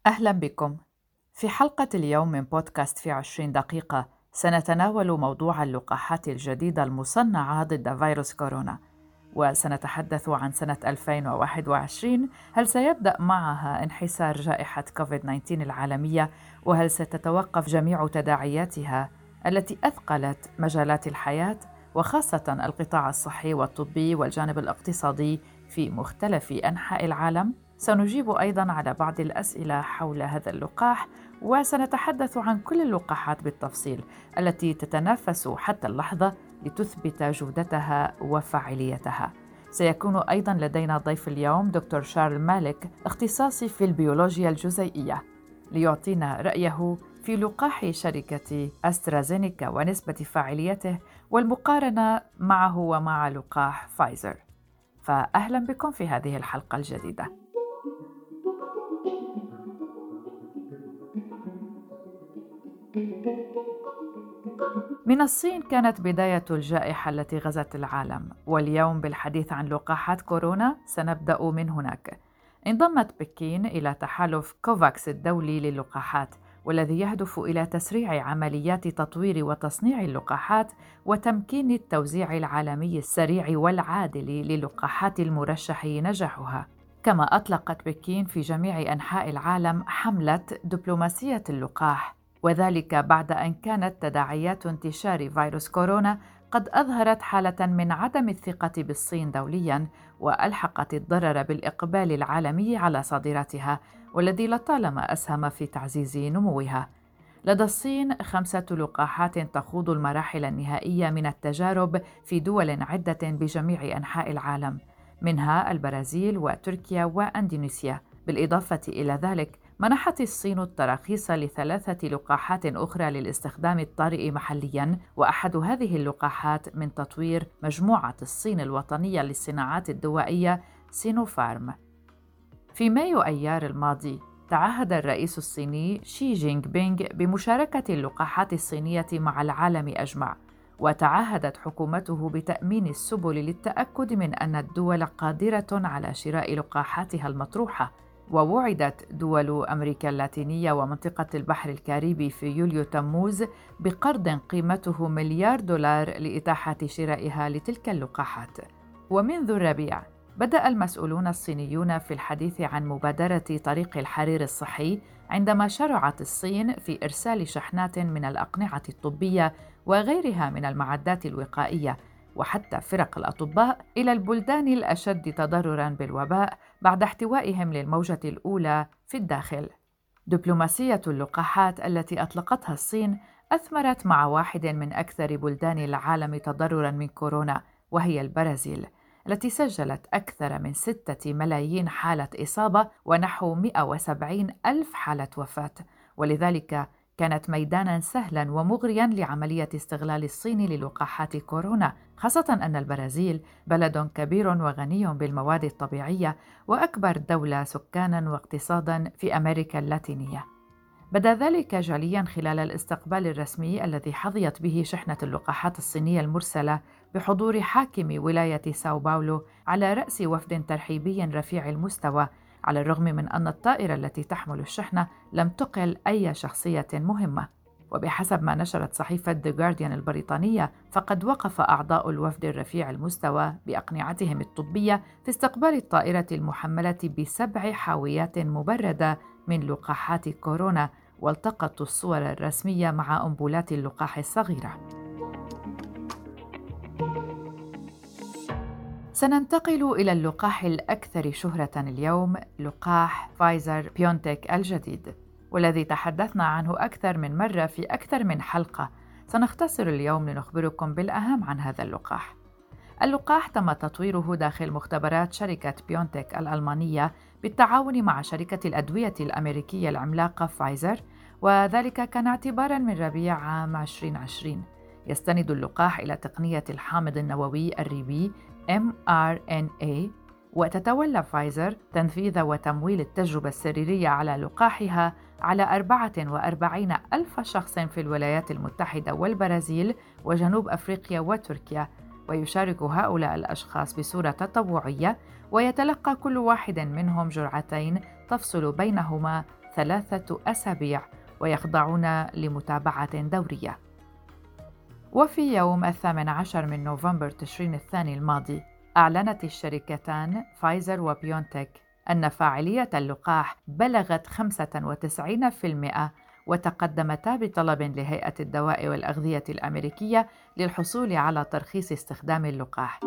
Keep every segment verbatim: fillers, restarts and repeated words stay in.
أهلا بكم. في حلقة اليوم من بودكاست في عشرين دقيقة سنتناول موضوع اللقاحات الجديدة المصنعة ضد فيروس كورونا، وسنتحدث عن سنة ألفين وواحد وعشرين. هل سيبدأ معها انحسار جائحة كوفيد تسعة عشر العالمية؟ وهل ستتوقف جميع تداعياتها التي أثقلت مجالات الحياة وخاصة القطاع الصحي والطبي والجانب الاقتصادي في مختلف أنحاء العالم؟ سنجيب أيضاً على بعض الأسئلة حول هذا اللقاح، وسنتحدث عن كل اللقاحات بالتفصيل التي تتنافس حتى اللحظة لتثبت جودتها وفاعليتها. سيكون أيضاً لدينا ضيف اليوم دكتور شارل مالك، اختصاصي في البيولوجيا الجزيئية، ليعطينا رأيه في لقاح شركة أسترازينيكا ونسبة فاعليته والمقارنة معه ومع لقاح فايزر. فأهلاً بكم في هذه الحلقة الجديدة. من الصين كانت بداية الجائحة التي غزت العالم، واليوم بالحديث عن لقاحات كورونا سنبدأ من هناك. انضمت بكين إلى تحالف كوفاكس الدولي للقاحات، والذي يهدف إلى تسريع عمليات تطوير وتصنيع اللقاحات وتمكين التوزيع العالمي السريع والعادل للقاحات المرشح نجاحها. كما أطلقت بكين في جميع أنحاء العالم حملة دبلوماسية اللقاح، وذلك بعد أن كانت تداعيات انتشار فيروس كورونا قد أظهرت حالة من عدم الثقة بالصين دولياً، وألحقت الضرر بالإقبال العالمي على صادراتها، والذي لطالما أسهم في تعزيز نموها. لدى الصين خمسة لقاحات تخوض المراحل النهائية من التجارب في دول عدة بجميع أنحاء العالم، منها البرازيل وتركيا وأندونيسيا. بالإضافة إلى ذلك، منحت الصين التراخيص لثلاثة لقاحات أخرى للاستخدام الطارئ محلياً، وأحد هذه اللقاحات من تطوير مجموعة الصين الوطنية للصناعات الدوائية سينوفارم. في مايو أيار الماضي تعهد الرئيس الصيني شي جينغ بينغ بمشاركة اللقاحات الصينية مع العالم أجمع، وتعهدت حكومته بتأمين السبل للتأكد من أن الدول قادرة على شراء لقاحاتها المطروحة. ووعدت دول أمريكا اللاتينية ومنطقة البحر الكاريبي في يوليو تموز بقرض قيمته مليار دولار لإتاحة شرائها لتلك اللقاحات. ومنذ الربيع بدأ المسؤولون الصينيون في الحديث عن مبادرة طريق الحرير الصحي، عندما شرعت الصين في إرسال شحنات من الأقنعة الطبية وغيرها من المعدات الوقائية وحتى فرق الأطباء إلى البلدان الأشد تضرراً بالوباء بعد احتوائهم للموجة الأولى في الداخل. دبلوماسية اللقاحات التي أطلقتها الصين أثمرت مع واحد من أكثر بلدان العالم تضرراً من كورونا، وهي البرازيل، التي سجلت أكثر من ستة ملايين حالة إصابة ونحو مئة وسبعين ألف حالة وفاة، ولذلك كانت ميداناً سهلاً ومغرياً لعملية استغلال الصين للقاحات كورونا، خاصة أن البرازيل بلد كبير وغني بالمواد الطبيعية وأكبر دولة سكاناً واقتصاداً في أمريكا اللاتينية. بدا ذلك جلياً خلال الاستقبال الرسمي الذي حظيت به شحنة اللقاحات الصينية المرسلة بحضور حاكم ولاية ساو باولو على رأس وفد ترحيبي رفيع المستوى، على الرغم من أن الطائرة التي تحمل الشحنة لم تقل أي شخصية مهمة. وبحسب ما نشرت صحيفة The Guardian البريطانية، فقد وقف أعضاء الوفد الرفيع المستوى بأقنعتهم الطبية في استقبال الطائرة المحملة بسبع حاويات مبردة من لقاحات كورونا، والتقطوا الصور الرسمية مع أنبولات اللقاح الصغيرة. سننتقل إلى اللقاح الأكثر شهرة اليوم، لقاح فايزر بيونتك الجديد، والذي تحدثنا عنه أكثر من مرة في أكثر من حلقة. سنختصر اليوم لنخبركم بالأهم عن هذا اللقاح. اللقاح تم تطويره داخل مختبرات شركة بيونتك الألمانية بالتعاون مع شركة الأدوية الأمريكية العملاقة فايزر، وذلك كان اعتباراً من ربيع عام ألفين وعشرين. يستند اللقاح إلى تقنية الحامض النووي الريبي إم آر إن إيه، وتتولى فايزر تنفيذ وتمويل التجربة السريرية على لقاحها على أربعة وأربعين ألف شخص في الولايات المتحدة والبرازيل وجنوب أفريقيا وتركيا، ويشارك هؤلاء الأشخاص بصورة تطوعية، ويتلقى كل واحد منهم جرعتين تفصل بينهما ثلاثة أسابيع ويخضعون لمتابعة دورية. وفي يوم الثامن عشر من نوفمبر تشرين الثاني الماضي، أعلنت الشركتان فايزر وبيونتك أن فاعلية اللقاح بلغت خمسة وتسعين بالمئة، وتقدمتا بطلب لهيئة الدواء والأغذية الأمريكية للحصول على ترخيص استخدام اللقاح.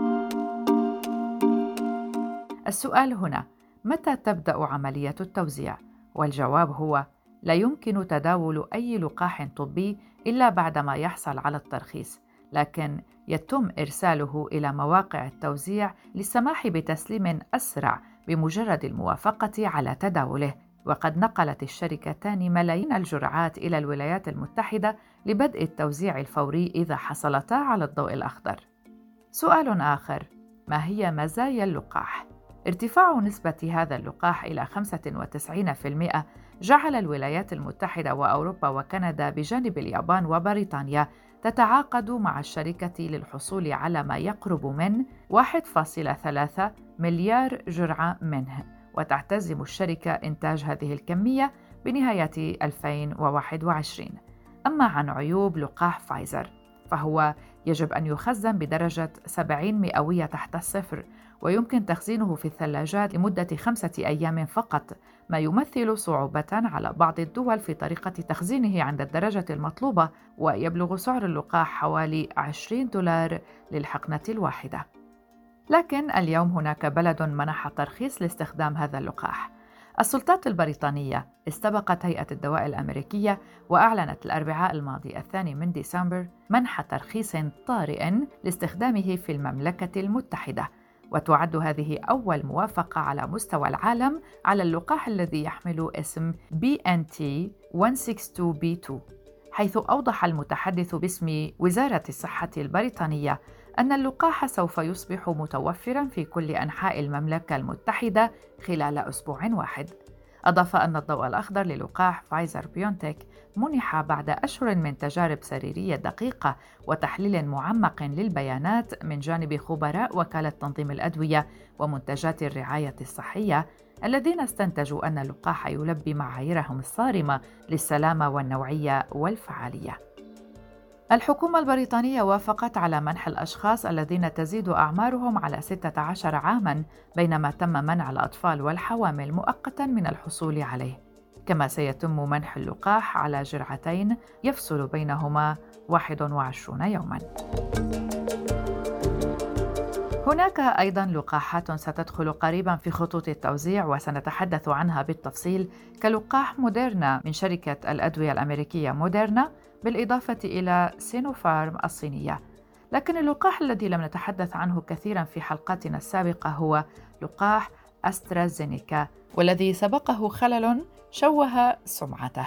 السؤال هنا: متى تبدأ عملية التوزيع؟ والجواب هو: لا يمكن تداول أي لقاح طبي إلا بعدما يحصل على الترخيص، لكن يتم إرساله إلى مواقع التوزيع للسماح بتسليم أسرع بمجرد الموافقة على تداوله. وقد نقلت الشركتان ملايين الجرعات إلى الولايات المتحدة لبدء التوزيع الفوري إذا حصلتا على الضوء الأخضر. سؤال آخر: ما هي مزايا اللقاح؟ ارتفاع نسبة هذا اللقاح إلى خمسة وتسعين بالمئة جعل الولايات المتحدة وأوروبا وكندا بجانب اليابان وبريطانيا تتعاقد مع الشركة للحصول على ما يقرب من واحد فاصلة ثلاثة مليار جرعة منه، وتعتزم الشركة إنتاج هذه الكمية بنهاية ألفين وواحد وعشرين. أما عن عيوب لقاح فايزر، فهو يجب أن يخزن بدرجة سبعين مئوية تحت الصفر، ويمكن تخزينه في الثلاجات لمدة خمسة أيام فقط، ما يمثل صعوبة على بعض الدول في طريقة تخزينه عند الدرجة المطلوبة، ويبلغ سعر اللقاح حوالي عشرين دولار للحقنة الواحدة. لكن اليوم هناك بلد منح ترخيص لاستخدام هذا اللقاح. السلطات البريطانية استبقت هيئة الدواء الأمريكية وأعلنت الأربعاء الماضي الثاني من ديسمبر منح ترخيص طارئ لاستخدامه في المملكة المتحدة، وتعد هذه أول موافقة على مستوى العالم على اللقاح الذي يحمل اسم بي إن تي مئة وستة وستين بي اثنين، حيث أوضح المتحدث باسم وزارة الصحة البريطانية أن اللقاح سوف يصبح متوفراً في كل أنحاء المملكة المتحدة خلال أسبوع واحد. أضاف أن الضوء الأخضر للقاح فايزر بيونتك منح بعد أشهر من تجارب سريرية دقيقة وتحليل معمق للبيانات من جانب خبراء وكالة تنظيم الأدوية ومنتجات الرعاية الصحية، الذين استنتجوا أن اللقاح يلبي معاييرهم الصارمة للسلامة والنوعية والفعالية. الحكومة البريطانية وافقت على منح الأشخاص الذين تزيد أعمارهم على ستة عشر عاماً، بينما تم منع الأطفال والحوامل مؤقتاً من الحصول عليه. كما سيتم منح اللقاح على جرعتين يفصل بينهما واحد وعشرين يوماً. هناك أيضاً لقاحات ستدخل قريباً في خطوط التوزيع وسنتحدث عنها بالتفصيل، كلقاح موديرنا من شركة الأدوية الأمريكية موديرنا، بالإضافة إلى سينوفارم الصينية. لكن اللقاح الذي لم نتحدث عنه كثيراً في حلقاتنا السابقة هو لقاح أسترازينيكا، والذي سبقه خلل شوه سمعته.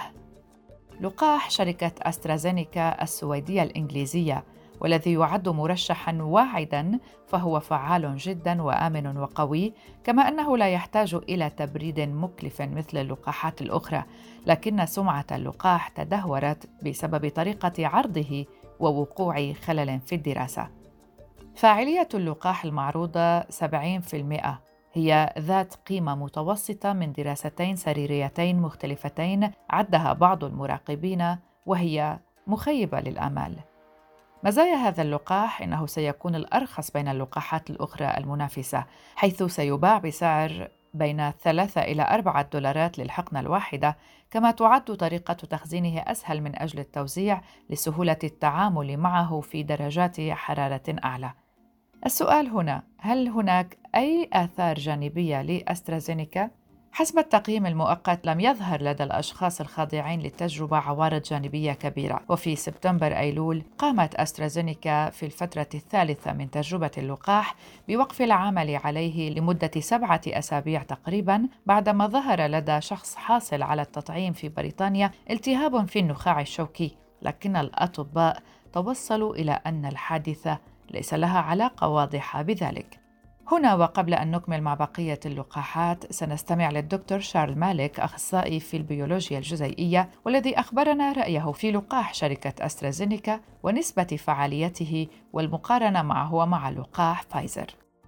لقاح شركة أسترازينيكا السويدية الإنجليزية، والذي يعد مرشحاً واعداً، فهو فعال جداً وآمن وقوي، كما أنه لا يحتاج إلى تبريد مكلف مثل اللقاحات الأخرى، لكن سمعة اللقاح تدهورت بسبب طريقة عرضه ووقوع خلل في الدراسة. فاعلية اللقاح المعروضة سبعين بالمئة، هي ذات قيمة متوسطة من دراستين سريريتين مختلفتين عدها بعض المراقبين، وهي مخيبة للآمال. مزايا هذا اللقاح إنه سيكون الأرخص بين اللقاحات الأخرى المنافسة، حيث سيباع بسعر بين ثلاثة إلى أربعة دولارات للحقنة الواحدة، كما تعد طريقة تخزينه أسهل من أجل التوزيع لسهولة التعامل معه في درجات حرارة أعلى. السؤال هنا: هل هناك أي آثار جانبية لأسترازينيكا؟ حسب التقييم المؤقت لم يظهر لدى الأشخاص الخاضعين للتجربة عوارض جانبية كبيرة، وفي سبتمبر أيلول قامت أسترازينيكا في الفترة الثالثة من تجربة اللقاح بوقف العمل عليه لمدة سبعة أسابيع تقريباً، بعدما ظهر لدى شخص حاصل على التطعيم في بريطانيا التهاب في النخاع الشوكي، لكن الأطباء توصلوا إلى أن الحادثة ليس لها علاقة واضحة بذلك. هنا وقبل أن نكمل مع بقية اللقاحات، سنستمع للدكتور شارل مالك، أخصائي في البيولوجيا الجزيئية، والذي أخبرنا رأيه في لقاح شركة أسترازينيكا ونسبة فعاليته والمقارنة معه ومع لقاح فايزر.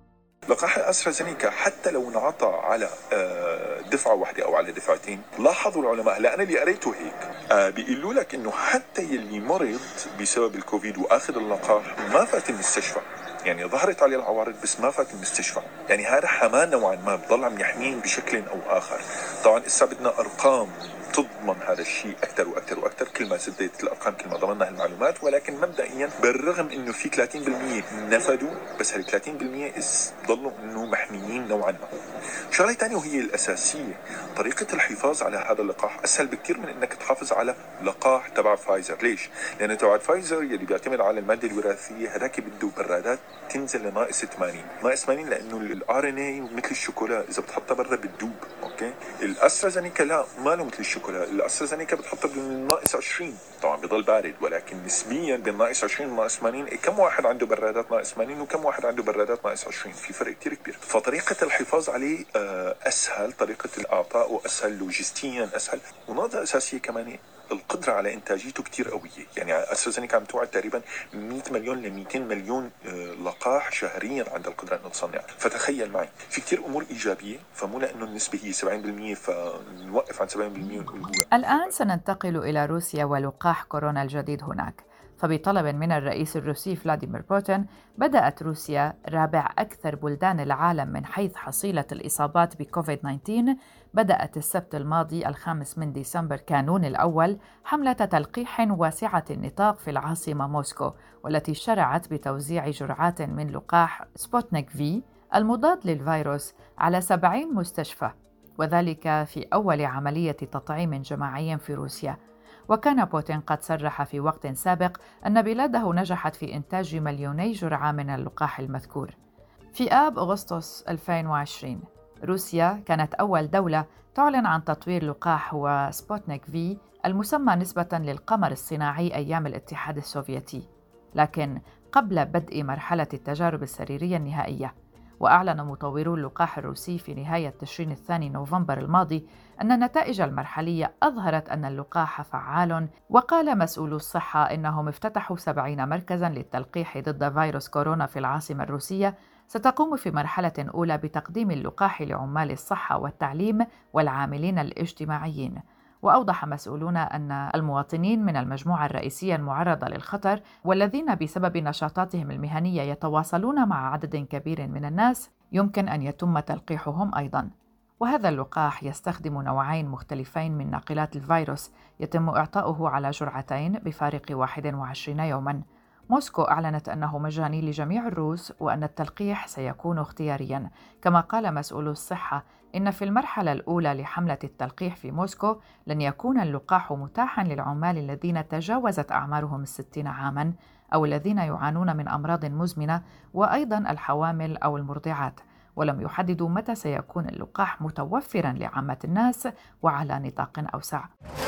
لقاح أسترازينيكا حتى لو انعطى على آه، دفعة واحدة أو على دفعتين، لاحظوا العلماء، هلا أنا اللي قريته هيك، آه، بيقولوا لك إنه حتى يلي مرض بسبب الكوفيد وآخذ اللقاح ما فات المستشفى، يعني ظهرت عليه العوارض بس ما فات المستشفى، يعني هذا حمان نوعا ما، بضل عم يحمين بشكل أو آخر. طبعا إسا بدنا أرقام تضمن هذا الشيء أكثر وأكثر وأكثر، كل ما زدت الأرقام كل ما ضمننا هالمعلومات، ولكن مبدئيا بالرغم إنه في ثلاثين بالمئة نفدوا، بس هال ثلاثين بالمئة ضلوا إنه محميين نوعا ما. شغلة ثانية وهي الأساسية، طريقة الحفاظ على هذا اللقاح أسهل بكثير من إنك تحافظ على لقاح تبع فايزر. ليش؟ لأن تبع فايزر يلي بيعتمد على المادة الوراثية هذاك بده برادات تنزل لناقص ثمانين، ناقص ثمانين لأنه الار ان اي مثل الشوكولا إذا بتحطها برا بتدوب. أوكي، الأسترازينيكا لا، ما له مثل الشوكولا، الأسترازينيكا بتحطها بالناقص عشرين، طبعا بيضل بارد، ولكن نسبيا بين ناقص عشرين وناقص ثمانين كم واحد عنده برادات ناقص ثمانين وكم واحد عنده برادات ناقص عشرين، في فرق كتير كبير. فطريقة الحفاظ عليه أسهل، طريقة الإعطاء أسهل، لوجستيا أسهل، ونقطة أساسية كمان القدرة على إنتاجيته كتير قوية. يعني أسترازينيكا عم توعد تقريبا مئة مليون ل مئتين مليون لقاح شهريا عند القدرة أن تصنع. فتخيل معي في كتير أمور إيجابية، فمو لأنه النسبة هي سبعين بالمئة فنوقف عن سبعين بالمئة. الآن سننتقل إلى روسيا ولقاح كورونا الجديد هناك. فبطلب من الرئيس الروسي فلاديمير بوتين، بدأت روسيا رابع أكثر بلدان العالم من حيث حصيلة الإصابات بكوفيد تسعة عشر. بدأت السبت الماضي الخامس من ديسمبر كانون الأول حملة تلقيح واسعة النطاق في العاصمة موسكو، والتي شرعت بتوزيع جرعات من لقاح سبوتنيك في المضاد للفيروس على سبعين مستشفى، وذلك في أول عملية تطعيم جماعي في روسيا. وكان بوتين قد صرح في وقت سابق أن بلاده نجحت في إنتاج مليوني جرعة من اللقاح المذكور. في آب أغسطس ألفين وعشرين روسيا كانت أول دولة تعلن عن تطوير لقاح هو سبوتنيك في، المسمى نسبة للقمر الصناعي أيام الاتحاد السوفيتي، لكن قبل بدء مرحلة التجارب السريرية النهائية. وأعلن مطورو اللقاح الروسي في نهاية تشرين الثاني نوفمبر الماضي أن النتائج المرحلية أظهرت أن اللقاح فعال. وقال مسؤولو الصحة إنهم افتتحوا سبعين مركزاً للتلقيح ضد فيروس كورونا في العاصمة الروسية، ستقوم في مرحلة أولى بتقديم اللقاح لعمال الصحة والتعليم والعاملين الاجتماعيين. وأوضح مسؤولون أن المواطنين من المجموعة الرئيسية المعرضة للخطر والذين بسبب نشاطاتهم المهنية يتواصلون مع عدد كبير من الناس يمكن أن يتم تلقيحهم أيضاً. وهذا اللقاح يستخدم نوعين مختلفين من ناقلات الفيروس، يتم إعطاؤه على جرعتين بفارق واحد وعشرين يوماً. موسكو أعلنت أنه مجاني لجميع الروس وأن التلقيح سيكون اختيارياً. كما قال مسؤول الصحة إن في المرحلة الأولى لحملة التلقيح في موسكو لن يكون اللقاح متاحاً للعمال الذين تجاوزت أعمارهم الستين عاماً أو الذين يعانون من أمراض مزمنة، وأيضاً الحوامل أو المرضعات. ولم يحددوا متى سيكون اللقاح متوفراً لعامة الناس وعلى نطاق أوسع.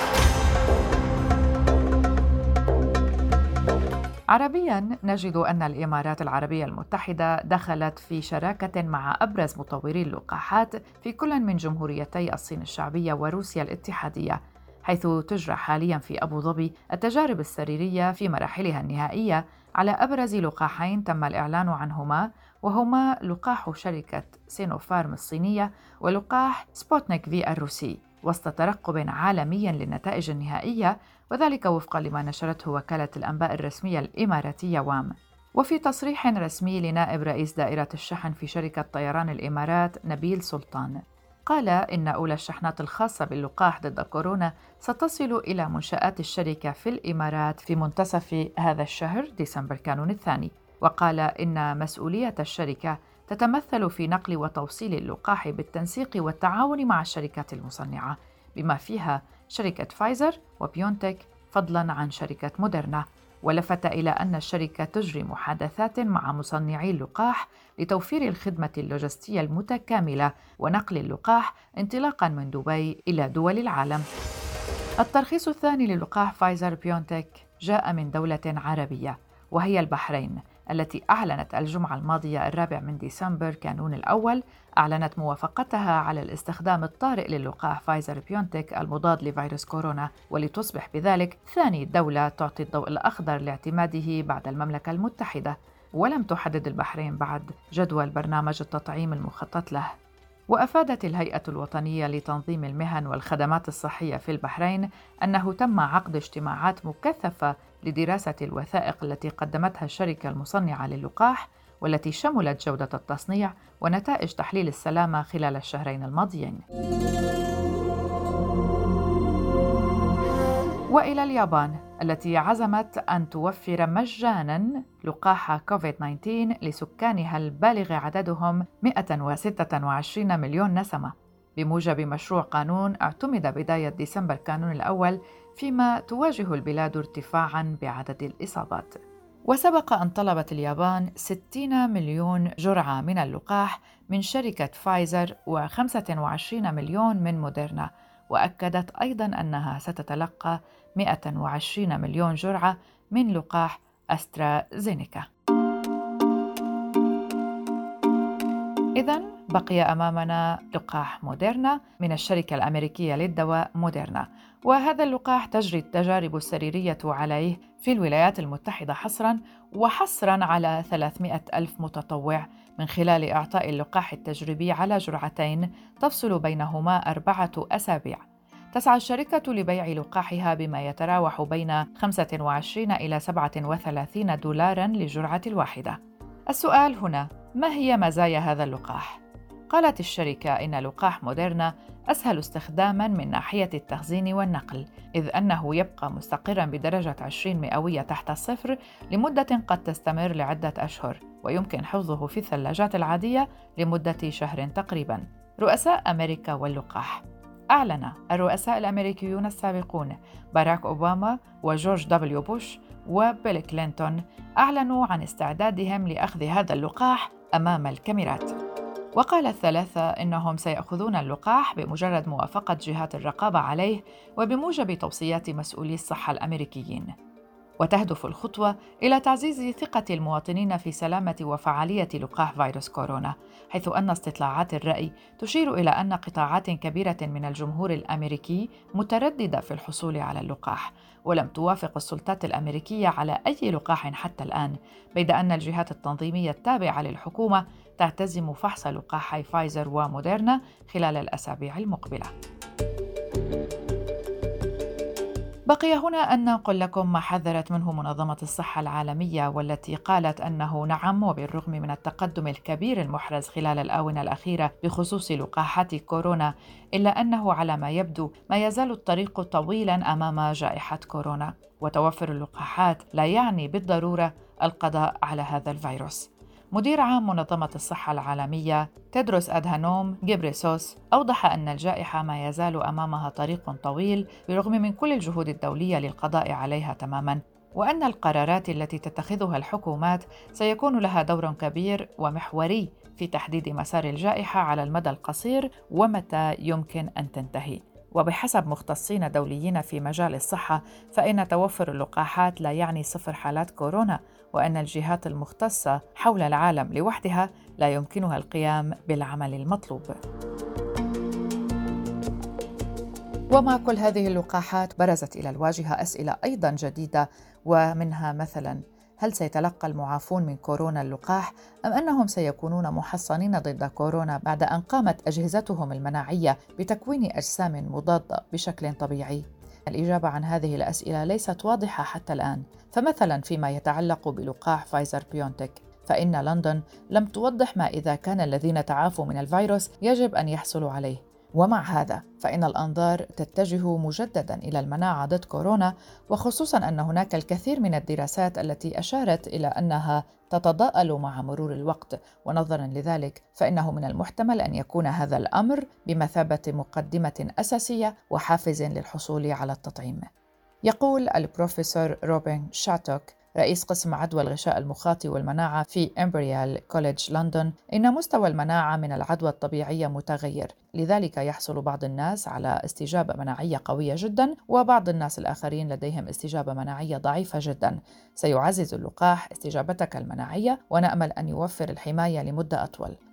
عربياً، نجد أن الإمارات العربية المتحدة دخلت في شراكة مع أبرز مطوري اللقاحات في كل من جمهوريتي الصين الشعبية وروسيا الاتحادية، حيث تجرى حالياً في أبو ظبي التجارب السريرية في مراحلها النهائية على أبرز لقاحين تم الإعلان عنهما، وهما لقاح شركة سينوفارم الصينية ولقاح سبوتنيك في الروسي، وسط ترقب عالمي للنتائج النهائية، وذلك وفقا لما نشرته وكالة الأنباء الرسمية الإماراتية وام. وفي تصريح رسمي لنائب رئيس دائرة الشحن في شركة طيران الإمارات نبيل سلطان، قال إن أولى الشحنات الخاصة باللقاح ضد كورونا ستصل إلى منشآت الشركة في الإمارات في منتصف هذا الشهر ديسمبر كانون الثاني. وقال إن مسؤولية الشركة تتمثل في نقل وتوصيل اللقاح بالتنسيق والتعاون مع الشركات المصنعة، بما فيها شركة فايزر وبيونتك فضلاً عن شركة موديرنا. ولفت إلى أن الشركة تجري محادثات مع مصنعي اللقاح لتوفير الخدمة اللوجستية المتكاملة ونقل اللقاح انطلاقاً من دبي إلى دول العالم. الترخيص الثاني للقاح فايزر بيونتك جاء من دولة عربية وهي البحرين، التي أعلنت الجمعة الماضية الرابع من ديسمبر كانون الأول أعلنت موافقتها على الاستخدام الطارئ للقاح فايزر بيونتك المضاد لفيروس كورونا، ولتصبح بذلك ثاني دولة تعطي الضوء الأخضر لاعتماده بعد المملكة المتحدة. ولم تحدد البحرين بعد جدول برنامج التطعيم المخطط له. وأفادت الهيئة الوطنية لتنظيم المهن والخدمات الصحية في البحرين أنه تم عقد اجتماعات مكثفة لدراسة الوثائق التي قدمتها الشركة المصنعة للقاح، والتي شملت جودة التصنيع ونتائج تحليل السلامة خلال الشهرين الماضيين. وإلى اليابان التي عزمت أن توفر مجاناً لقاح كوفيد تسعة عشر لسكانها البالغ عددهم مئة وستة وعشرين مليون نسمة، بموجب مشروع قانون اعتمد بداية ديسمبر كانون الأول، فيما تواجه البلاد ارتفاعاً بعدد الإصابات. وسبق أن طلبت اليابان ستين مليون جرعة من اللقاح من شركة فايزر وخمسة وعشرين مليون من موديرنا، وأكدت أيضاً أنها ستتلقى مئة وعشرين مليون جرعة من لقاح أسترازينيكا. إذن بقي أمامنا لقاح موديرنا من الشركة الأمريكية للدواء موديرنا، وهذا اللقاح تجري التجارب السريرية عليه في الولايات المتحدة حصراً، وحصراً على ثلاثمئة ألف متطوع، من خلال إعطاء اللقاح التجريبي على جرعتين تفصل بينهما أربعة أسابيع. تسعى الشركة لبيع لقاحها بما يتراوح بين خمسة وعشرين إلى سبعة وثلاثين دولاراً للجرعة الواحدة. السؤال هنا: ما هي مزايا هذا اللقاح؟ قالت الشركة إن لقاح موديرنا أسهل استخداماً من ناحية التخزين والنقل، إذ أنه يبقى مستقراً بدرجة عشرين مئوية تحت الصفر لمدة قد تستمر لعدة أشهر، ويمكن حفظه في الثلاجات العادية لمدة شهر تقريباً. رؤساء أمريكا واللقاح. أعلن الرؤساء الأمريكيون السابقون باراك أوباما وجورج دبليو بوش وبيل كلينتون أعلنوا عن استعدادهم لأخذ هذا اللقاح أمام الكاميرات. وقال الثلاثة إنهم سيأخذون اللقاح بمجرد موافقة جهات الرقابة عليه وبموجب توصيات مسؤولي الصحة الأمريكيين. وتهدف الخطوة إلى تعزيز ثقة المواطنين في سلامة وفعالية لقاح فيروس كورونا، حيث أن استطلاعات الرأي تشير إلى أن قطاعات كبيرة من الجمهور الأمريكي مترددة في الحصول على اللقاح، ولم توافق السلطات الأمريكية على أي لقاح حتى الآن، بيد أن الجهات التنظيمية التابعة للحكومة تعتزم فحص لقاحي فايزر وموديرنا خلال الأسابيع المقبلة. بقي هنا أن ننقل لكم ما حذرت منه منظمة الصحة العالمية، والتي قالت أنه نعم، وبالرغم من التقدم الكبير المحرز خلال الآونة الأخيرة بخصوص لقاحات كورونا، إلا أنه على ما يبدو ما يزال الطريق طويلاً أمام جائحة كورونا، وتوفر اللقاحات لا يعني بالضرورة القضاء على هذا الفيروس. مدير عام منظمة الصحة العالمية تيدروس أدهانوم غيبريسوس أوضح أن الجائحة ما يزال أمامها طريق طويل بالرغم من كل الجهود الدولية للقضاء عليها تماماً، وأن القرارات التي تتخذها الحكومات سيكون لها دور كبير ومحوري في تحديد مسار الجائحة على المدى القصير ومتى يمكن أن تنتهي. وبحسب مختصين دوليين في مجال الصحة، فإن توفر اللقاحات لا يعني صفر حالات كورونا، وأن الجهات المختصة حول العالم لوحدها لا يمكنها القيام بالعمل المطلوب. ومع كل هذه اللقاحات برزت إلى الواجهة أسئلة أيضاً جديدة، ومنها مثلاً: هل سيتلقى المعافون من كورونا اللقاح أم أنهم سيكونون محصنين ضد كورونا بعد أن قامت أجهزتهم المناعية بتكوين أجسام مضادة بشكل طبيعي؟ الإجابة عن هذه الأسئلة ليست واضحة حتى الآن. فمثلاً فيما يتعلق بلقاح فايزر بيونتك، فإن لندن لم توضح ما إذا كان الذين تعافوا من الفيروس يجب أن يحصلوا عليه. ومع هذا فإن الأنظار تتجه مجدداً إلى المناعة ضد كورونا، وخصوصاً أن هناك الكثير من الدراسات التي أشارت إلى أنها تتضاءل مع مرور الوقت، ونظراً لذلك فإنه من المحتمل أن يكون هذا الأمر بمثابة مقدمة أساسية وحافز للحصول على التطعيم. يقول البروفيسور روبن شاتوك رئيس قسم عدوى الغشاء المخاطي والمناعة في إمبريال كوليدج لندن إن مستوى المناعة من العدوى الطبيعية متغير، لذلك يحصل بعض الناس على استجابة مناعية قوية جدا، وبعض الناس الآخرين لديهم استجابة مناعية ضعيفة جدا. سيعزز اللقاح استجابتك المناعية، ونأمل أن يوفر الحماية لمدة أطول.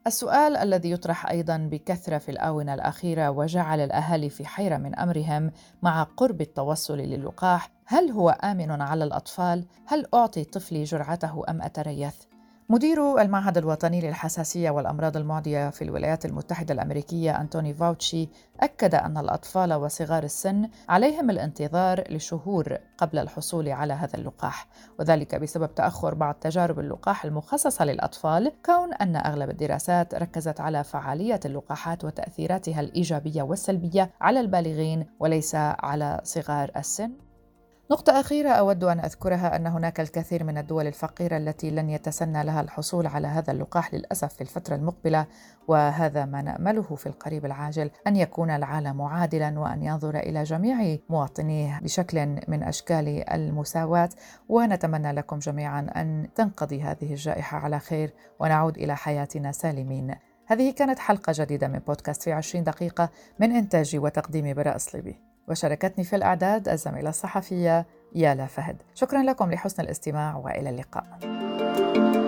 السؤال الذي يطرح أيضاً بكثرة في الآونة الأخيرة وجعل الأهالي في حيرة من أمرهم مع قرب التوصل للقاح: هل هو آمن على الأطفال؟ هل أعطي طفلي جرعته أم أتريث؟ مدير المعهد الوطني للحساسية والأمراض المعدية في الولايات المتحدة الأمريكية أنتوني فاوتشي أكد أن الأطفال وصغار السن عليهم الانتظار لشهور قبل الحصول على هذا اللقاح، وذلك بسبب تأخر بعض تجارب اللقاح المخصصة للأطفال، كون أن أغلب الدراسات ركزت على فعالية اللقاحات وتأثيراتها الإيجابية والسلبية على البالغين وليس على صغار السن. نقطة أخيرة أود أن أذكرها أن هناك الكثير من الدول الفقيرة التي لن يتسنى لها الحصول على هذا اللقاح للأسف في الفترة المقبلة، وهذا ما نأمله في القريب العاجل، أن يكون العالم عادلاً وأن ينظر إلى جميع مواطنيه بشكل من أشكال المساواة، ونتمنى لكم جميعاً أن تنقضي هذه الجائحة على خير ونعود إلى حياتنا سالمين. هذه كانت حلقة جديدة من بودكاست في عشرين دقيقة من إنتاجي وتقديمي براء صليبي، وشاركتني في الإعداد الزميلة الصحفية يالا فهد. شكرا لكم لحسن الاستماع وإلى اللقاء.